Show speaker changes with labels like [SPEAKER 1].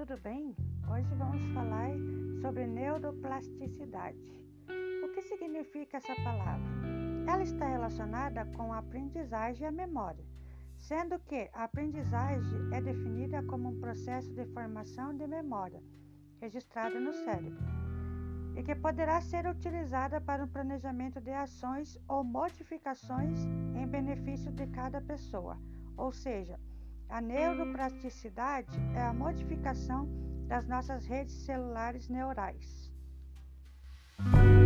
[SPEAKER 1] tudo bem? Hoje vamos falar sobre neuroplasticidade. O que significa essa palavra? Ela está relacionada com a aprendizagem e a memória, sendo que a aprendizagem é definida como um processo de formação de memória registrada no cérebro e que poderá ser utilizada para o planejamento de ações ou modificações em benefício de cada pessoa, ou seja, a neuroplasticidade é a modificação das nossas redes celulares neurais.